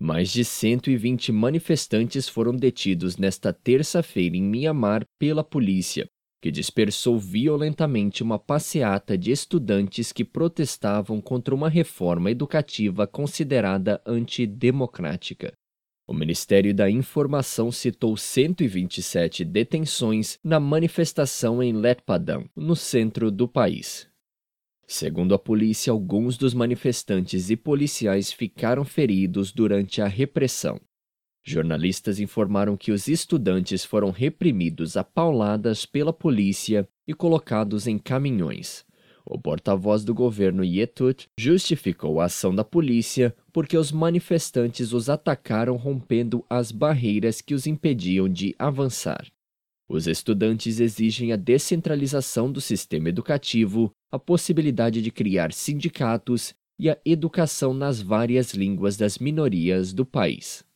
Mais de 120 manifestantes foram detidos nesta terça-feira em Mianmar pela polícia, que dispersou violentamente uma passeata de estudantes que protestavam contra uma reforma educativa considerada antidemocrática. O Ministério da Informação citou 127 detenções na manifestação em Letpadam, no centro do país. Segundo a polícia, alguns dos manifestantes e policiais ficaram feridos durante a repressão. Jornalistas informaram que os estudantes foram reprimidos a pauladas pela polícia e colocados em caminhões. O porta-voz do governo Yetut justificou a ação da polícia porque os manifestantes os atacaram rompendo as barreiras que os impediam de avançar. Os estudantes exigem a descentralização do sistema educativo, a possibilidade de criar sindicatos e a educação nas várias línguas das minorias do país.